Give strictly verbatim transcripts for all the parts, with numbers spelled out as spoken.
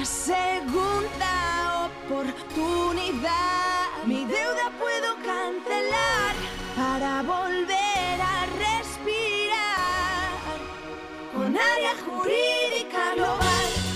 una segunda oportunidad. Mi deuda puedo cancelar para volver a respirar con Área Jurídica Global.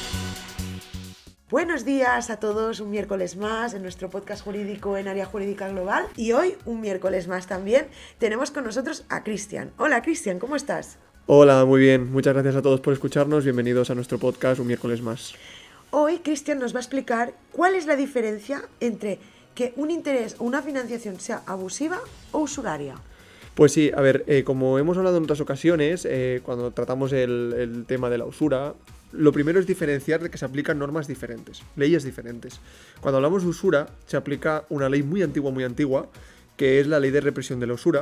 Buenos días a todos, un miércoles más en nuestro podcast jurídico en Área Jurídica Global. Y hoy, un miércoles más también, tenemos con nosotros a Cristian. Hola Cristian, ¿cómo estás? Hola, muy bien. Muchas gracias a todos por escucharnos. Bienvenidos a nuestro podcast un miércoles más. Hoy Cristian nos va a explicar cuál es la diferencia entre que un interés o una financiación sea abusiva o usuraria. Pues sí, a ver, eh, como hemos hablado en otras ocasiones, eh, cuando tratamos el, el tema de la usura, lo primero es diferenciar de que se aplican normas diferentes, leyes diferentes. Cuando hablamos de usura, se aplica una ley muy antigua, muy antigua, que es la Ley de Represión de la Usura,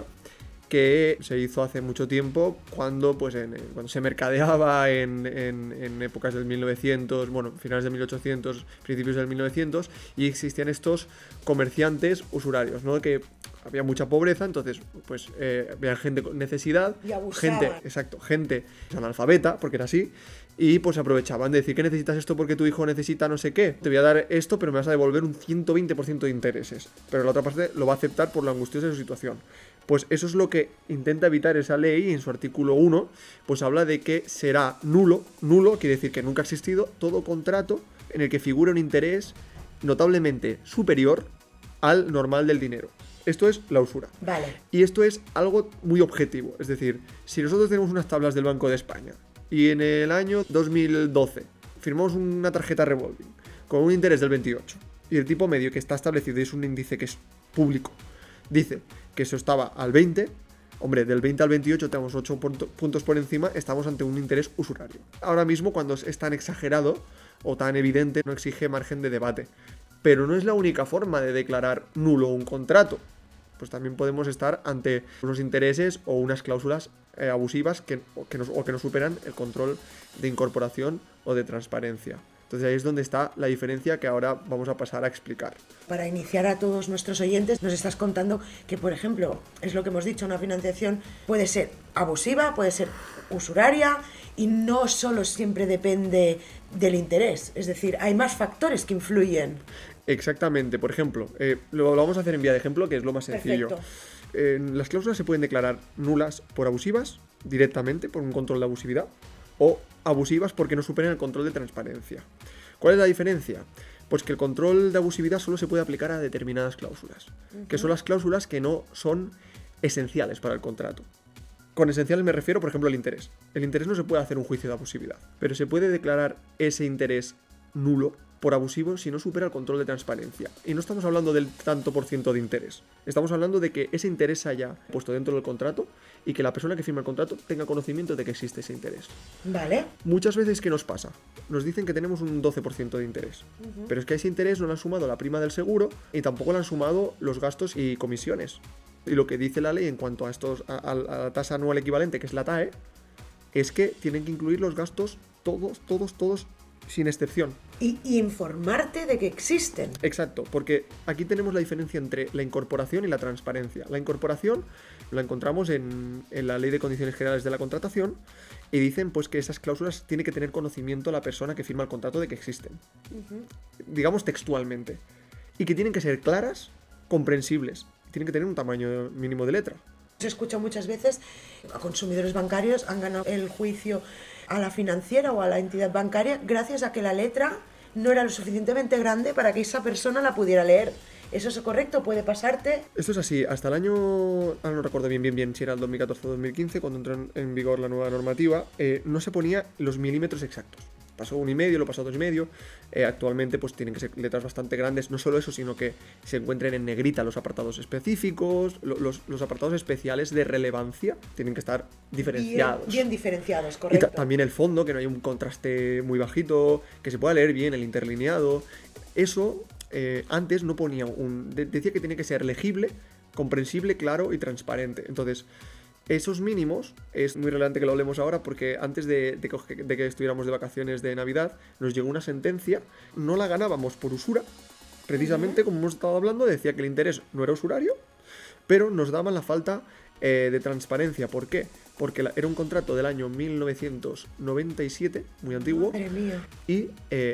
que se hizo hace mucho tiempo cuando, pues, en, cuando se mercadeaba en, en, en épocas del mil novecientos, bueno, finales de mil ochocientos, principios del mil novecientos, y existían estos comerciantes usurarios, ¿no? Que había mucha pobreza, entonces pues eh, había gente con necesidad, y abusaban. gente, exacto, gente analfabeta, porque era así, y pues aprovechaban de decir que necesitas esto porque tu hijo necesita no sé qué, te voy a dar esto pero me vas a devolver un ciento veinte por ciento de intereses, pero la otra parte lo va a aceptar por lo angustiosa de su situación. Pues eso es lo que intenta evitar esa ley, y en su artículo uno pues habla de que será nulo, nulo quiere decir que nunca ha existido todo contrato en el que figure un interés notablemente superior al normal del dinero. Esto es la usura. Vale. Y esto es algo muy objetivo. Es decir, si nosotros tenemos unas tablas del Banco de España y en el año dos mil doce firmamos una tarjeta revolving con un interés del veintiocho y el tipo medio que está establecido y es un índice que es público, dice que eso estaba al veinte, hombre, del veinte al veintiocho tenemos ocho puntos por encima, estamos ante un interés usurario. Ahora mismo, cuando es tan exagerado o tan evidente, no exige margen de debate. Pero no es la única forma de declarar nulo un contrato. Pues también podemos estar ante unos intereses o unas cláusulas eh, abusivas que, o, que nos, o que nos superan el control de incorporación o de transparencia. Entonces ahí es donde está la diferencia que ahora vamos a pasar a explicar. Para iniciar a todos nuestros oyentes, nos estás contando que, por ejemplo, es lo que hemos dicho, una financiación puede ser abusiva, puede ser usuraria y no solo siempre depende del interés. Es decir, hay más factores que influyen. Exactamente. Por ejemplo, eh, lo, lo vamos a hacer en vía de ejemplo, que es lo más sencillo. Perfecto. Eh, las cláusulas se pueden declarar nulas por abusivas, directamente, por un control de abusividad, o abusivas porque no superan el control de transparencia. ¿Cuál es la diferencia? Pues que el control de abusividad solo se puede aplicar a determinadas cláusulas, uh-huh. que son las cláusulas que no son esenciales para el contrato. Con esenciales me refiero, por ejemplo, al interés. El interés no se puede hacer un juicio de abusividad, pero se puede declarar ese interés nulo por abusivo si no supera el control de transparencia. Y no estamos hablando del tanto por ciento de interés. Estamos hablando de que ese interés se haya puesto dentro del contrato y que la persona que firma el contrato tenga conocimiento de que existe ese interés. Vale. Muchas veces, ¿qué nos pasa? Nos dicen que tenemos un doce por ciento de interés. Uh-huh. Pero es que a ese interés no le han sumado la prima del seguro y tampoco le han sumado los gastos y comisiones. Y lo que dice la ley en cuanto a, estos, a, a la tasa anual equivalente, que es la T A E, es que tienen que incluir los gastos todos, todos, todos, sin excepción. Y, y informarte de que existen. Exacto, porque aquí tenemos la diferencia entre la incorporación y la transparencia. La incorporación la encontramos en, en la Ley de Condiciones Generales de la Contratación y dicen pues que esas cláusulas tiene que tener conocimiento la persona que firma el contrato de que existen. Uh-huh. Digamos textualmente. Y que tienen que ser claras, comprensibles. Tienen que tener un tamaño mínimo de letra. Se escucha muchas veces a consumidores bancarios han ganado el juicio a la financiera o a la entidad bancaria gracias a que la letra no era lo suficientemente grande para que esa persona la pudiera leer. ¿Eso es correcto? ¿Puede pasarte? Esto es así. Hasta el año, ahora no recuerdo bien bien bien si era el dos mil catorce o dos mil quince, cuando entró en vigor la nueva normativa, eh, no se ponía los milímetros exactos. Pasó un y medio, lo pasó dos y medio. Eh, actualmente pues tienen que ser letras bastante grandes. No solo eso, sino que se encuentren en negrita los apartados específicos, lo, los, los apartados especiales de relevancia tienen que estar diferenciados. Bien, bien diferenciados, correcto. Y ta- también el fondo, que no hay un contraste muy bajito, que se pueda leer bien el interlineado. Eso eh, antes no ponía un... De, decía que tenía que ser legible, comprensible, claro y transparente. Entonces, esos mínimos, es muy relevante que lo hablemos ahora porque antes de, de, que, de que estuviéramos de vacaciones de Navidad, nos llegó una sentencia, no la ganábamos por usura, precisamente como hemos estado hablando, decía que el interés no era usurario, pero nos daban la falta eh, de transparencia. ¿Por qué? Porque la, era un contrato del año mil novecientos noventa y siete, muy antiguo, Madre mía. y eh,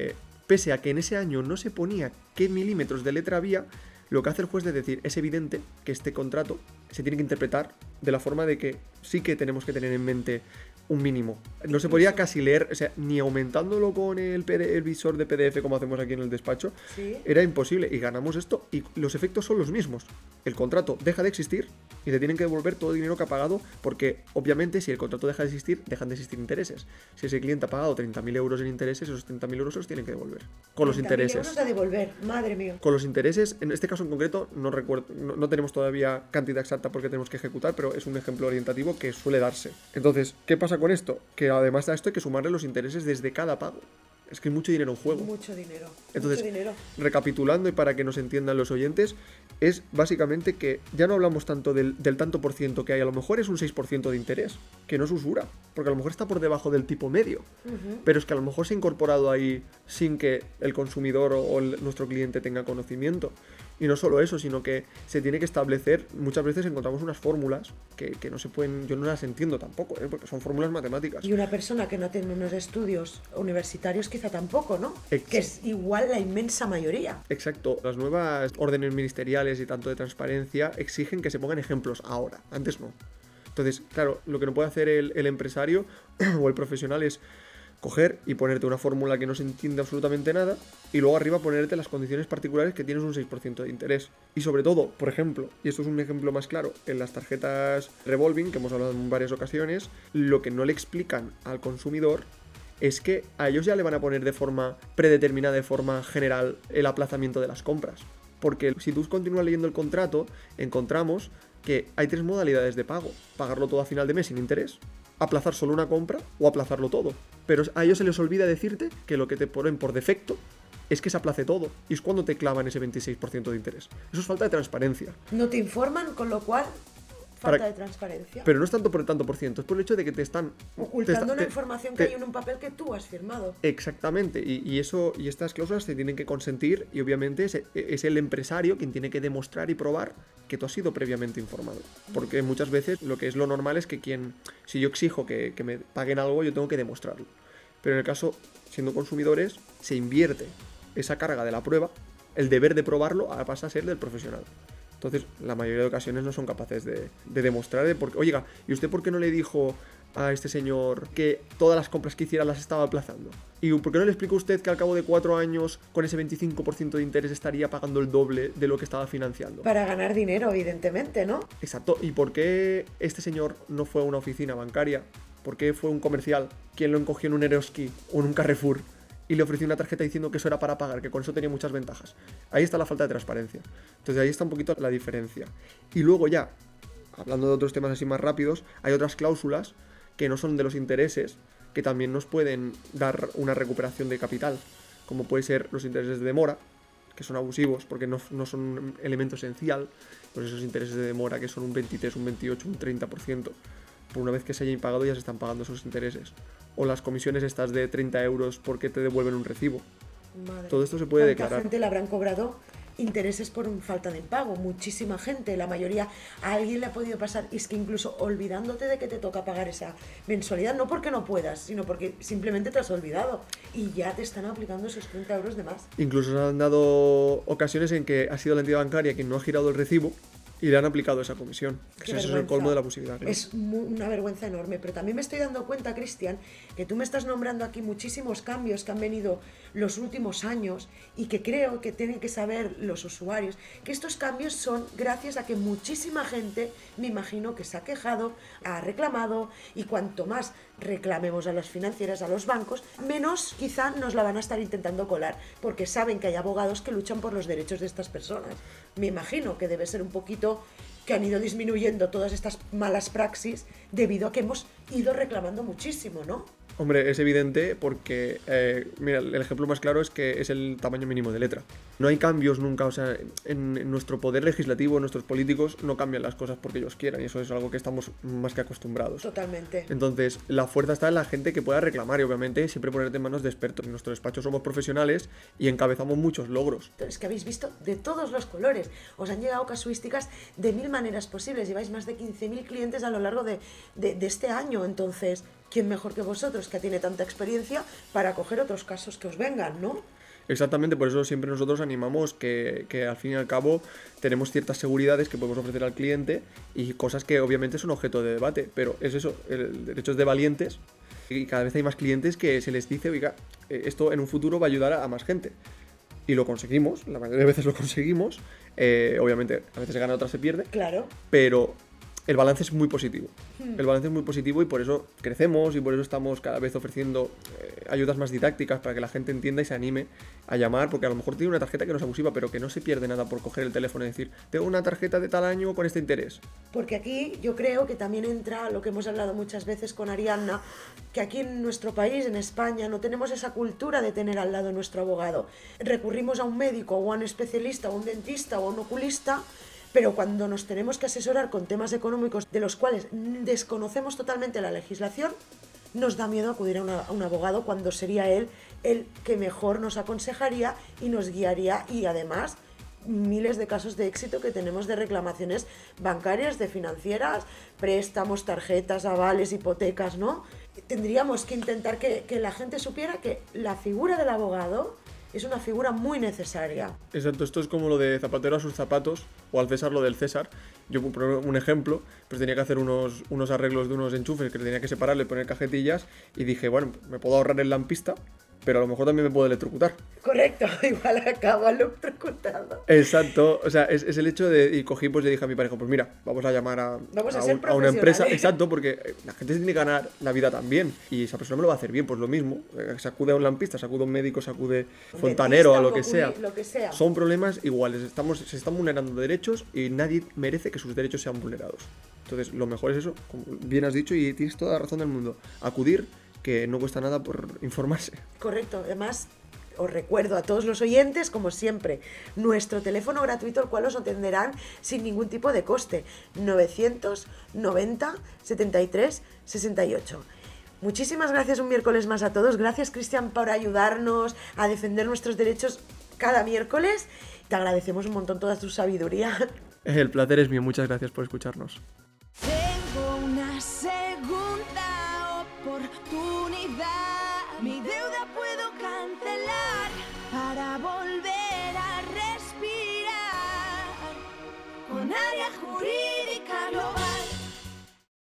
pese a que en ese año no se ponía qué milímetros de letra había, lo que hace el juez es decir, es evidente que este contrato se tiene que interpretar de la forma de que sí que tenemos que tener en mente un mínimo. No se podía casi leer, o sea, ni aumentándolo con el, P D, el visor de P D F como hacemos aquí en el despacho, ¿Sí? Era imposible. Y ganamos esto y los efectos son los mismos. El contrato deja de existir y te tienen que devolver todo el dinero que ha pagado porque, obviamente, si el contrato deja de existir, dejan de existir intereses. Si ese cliente ha pagado treinta mil euros en intereses, esos treinta mil euros se los tienen que devolver. Con los intereses. euros a devolver, madre mía. Con los intereses, en este caso en concreto, no recuerdo, no, no tenemos todavía cantidad exacta porque tenemos que ejecutar, pero es un ejemplo orientativo que suele darse. Entonces, ¿qué pasa con esto? Que además a esto hay que sumarle los intereses desde cada pago. Es que hay mucho dinero en juego. Mucho dinero. Entonces, mucho dinero. Recapitulando y para que nos entiendan los oyentes, es básicamente que ya no hablamos tanto del, del tanto por ciento que hay, a lo mejor es un seis por ciento de interés, que no es usura, porque a lo mejor está por debajo del tipo medio, Uh-huh. pero es que a lo mejor se ha incorporado ahí sin que el consumidor o el, nuestro cliente tenga conocimiento. Y no solo eso, sino que se tiene que establecer, muchas veces encontramos unas fórmulas que, que no se pueden, yo no las entiendo tampoco, ¿eh? Porque son fórmulas matemáticas. Y una persona que no tiene unos estudios universitarios quizá tampoco, ¿no? Ex- Que es igual la inmensa mayoría. Exacto, las nuevas órdenes ministeriales y tanto de transparencia exigen que se pongan ejemplos ahora, antes no. Entonces, claro, lo que no puede hacer el, el empresario o el profesional es coger y ponerte una fórmula que no se entiende absolutamente nada y luego arriba ponerte las condiciones particulares que tienes un seis por ciento de interés. Y sobre todo, por ejemplo, y esto es un ejemplo más claro, en las tarjetas revolving, que hemos hablado en varias ocasiones, lo que no le explican al consumidor es que a ellos ya le van a poner de forma predeterminada, de forma general, el aplazamiento de las compras. Porque si tú continúas leyendo el contrato, encontramos que hay tres modalidades de pago. Pagarlo todo a final de mes sin interés, aplazar solo una compra o aplazarlo todo. Pero a ellos se les olvida decirte que lo que te ponen por defecto es que se aplace todo. Y es cuando te clavan ese veintiséis por ciento de interés. Eso es falta de transparencia. No te informan, con lo cual, falta Para- de transparencia. Pero no es tanto por el tanto por ciento, es por el hecho de que te están... Ocultando te está- una te- información te- que hay en un papel que tú has firmado. Exactamente, y, y eso y estas cláusulas se tienen que consentir y obviamente es, es el empresario quien tiene que demostrar y probar que tú has sido previamente informado. Porque muchas veces lo que es lo normal es que quien, si yo exijo que, que me paguen algo, yo tengo que demostrarlo. Pero en el caso, siendo consumidores, se invierte esa carga de la prueba, el deber de probarlo a- pasa a ser del profesional. Entonces, la mayoría de ocasiones no son capaces de, de demostrar de por qué. Oiga, ¿y usted por qué no le dijo a este señor que todas las compras que hiciera las estaba aplazando? ¿Y por qué no le explicó usted que al cabo de cuatro años, con ese veinticinco por ciento de interés, estaría pagando el doble de lo que estaba financiando? Para ganar dinero, evidentemente, ¿no? Exacto. ¿Y por qué este señor no fue a una oficina bancaria? ¿Por qué fue un comercial quien lo encogió en un Eroski o en un Carrefour y le ofreció una tarjeta diciendo que eso era para pagar, que con eso tenía muchas ventajas? Ahí está la falta de transparencia. Entonces ahí está un poquito la diferencia. Y luego ya, hablando de otros temas así más rápidos, hay otras cláusulas que no son de los intereses, que también nos pueden dar una recuperación de capital, como puede ser los intereses de demora, que son abusivos porque no, no son un elemento esencial, pues esos intereses de demora que son un veintitrés, un veintiocho, un treinta por ciento. Por una vez que se hayan pagado ya se están pagando esos intereses. O las comisiones estas de treinta euros porque te devuelven un recibo. Madre Todo esto se puede ¿cuánta declarar. gente le habrán cobrado intereses por un falta de pago? Muchísima gente, la mayoría. A alguien le ha podido pasar, y es que incluso olvidándote de que te toca pagar esa mensualidad, no porque no puedas, sino porque simplemente te has olvidado y ya te están aplicando esos treinta euros de más. Incluso se han dado ocasiones en que ha sido la entidad bancaria quien no ha girado el recibo y le han aplicado esa comisión. Qué Eso es el vergüenza. colmo de la abusividad. ¿no? Es mu- una vergüenza enorme, pero también me estoy dando cuenta, Cristian, que tú me estás nombrando aquí muchísimos cambios que han venido los últimos años y que creo que tienen que saber los usuarios, que estos cambios son gracias a que muchísima gente, me imagino, que se ha quejado, ha reclamado, y cuanto más reclamemos a las financieras, a los bancos, menos quizá nos la van a estar intentando colar, porque saben que hay abogados que luchan por los derechos de estas personas. Me imagino que debe ser un poquito que han ido disminuyendo todas estas malas praxis debido a que hemos ido reclamando muchísimo, ¿no? Hombre, es evidente porque, eh, mira, el ejemplo más claro es que es el tamaño mínimo de letra. No hay cambios nunca, o sea, en, en nuestro poder legislativo, nuestros políticos no cambian las cosas porque ellos quieran y eso es algo que estamos más que acostumbrados. Totalmente. Entonces, la fuerza está en la gente que pueda reclamar y obviamente siempre ponerte en manos de expertos. En nuestro despacho somos profesionales y encabezamos muchos logros. Es que habéis visto de todos los colores. Os han llegado casuísticas de mil maneras posibles. Lleváis más de quince mil clientes a lo largo de, de, de este año. Entonces, ¿quién mejor que vosotros, que tiene tanta experiencia, para coger otros casos que os vengan, ¿no? Exactamente, por eso siempre nosotros animamos que, que al fin y al cabo tenemos ciertas seguridades que podemos ofrecer al cliente y cosas que obviamente son objeto de debate, pero es eso, el derecho es de valientes y cada vez hay más clientes que se les dice, oiga, esto en un futuro va a ayudar a, a más gente. Y lo conseguimos, la mayoría de veces lo conseguimos, eh, obviamente a veces se gana, otras se pierde, Claro. pero el balance es muy positivo. El balance es muy positivo y por eso crecemos y por eso estamos cada vez ofreciendo eh, ayudas más didácticas para que la gente entienda y se anime a llamar, porque a lo mejor tiene una tarjeta que no es abusiva, pero que no se pierde nada por coger el teléfono y decir, tengo una tarjeta de tal año con este interés. Porque aquí yo creo que también entra lo que hemos hablado muchas veces con Ariadna, que aquí en nuestro país, en España, no tenemos esa cultura de tener al lado nuestro abogado. Recurrimos a un médico o a un especialista o a un dentista o a un oculista, pero cuando nos tenemos que asesorar con temas económicos de los cuales desconocemos totalmente la legislación, nos da miedo acudir a, una, a un abogado cuando sería él el que mejor nos aconsejaría y nos guiaría, y además miles de casos de éxito que tenemos de reclamaciones bancarias, de financieras, préstamos, tarjetas, avales, hipotecas, ¿no? Tendríamos que intentar que, que la gente supiera que la figura del abogado es una figura muy necesaria. Exacto, esto es como lo de zapatero a sus zapatos, o al César lo del César. Yo, por un ejemplo, pues tenía que hacer unos, unos arreglos de unos enchufes que tenía que separarle, poner cajetillas, y dije, bueno, me puedo ahorrar el lampista, pero a lo mejor también me puedo electrocutar. Correcto, igual acabo electrocutado. Exacto, o sea, es, es el hecho de, y cogí, pues le dije a mi pareja, pues mira, vamos a llamar a, Vamos a a, ser un- a una empresa, profesionales. exacto, porque la gente se tiene que ganar la vida también, y esa persona me lo va a hacer bien, pues lo mismo, eh, se acude a un lampista, se acude a un médico, se acude a un fontanero, Dentista, a lo un que oculi- sea. lo que sea. Son problemas iguales, estamos, se están vulnerando derechos y nadie merece que sus derechos sean vulnerados. Entonces, lo mejor es eso, como bien has dicho, y tienes toda la razón del mundo, acudir, que no cuesta nada por informarse. Correcto, además os recuerdo a todos los oyentes, como siempre, nuestro teléfono gratuito, el cual os atenderán sin ningún tipo de coste, novecientos noventa setenta y tres sesenta y ocho. Muchísimas gracias un miércoles más a todos. Gracias, Cristian, por ayudarnos a defender nuestros derechos cada miércoles. Te agradecemos un montón toda tu sabiduría. El placer es mío, muchas gracias por escucharnos. Tengo una segunda oportunidad. Mi deuda puedo cancelar para volver a respirar. Con área jurídica.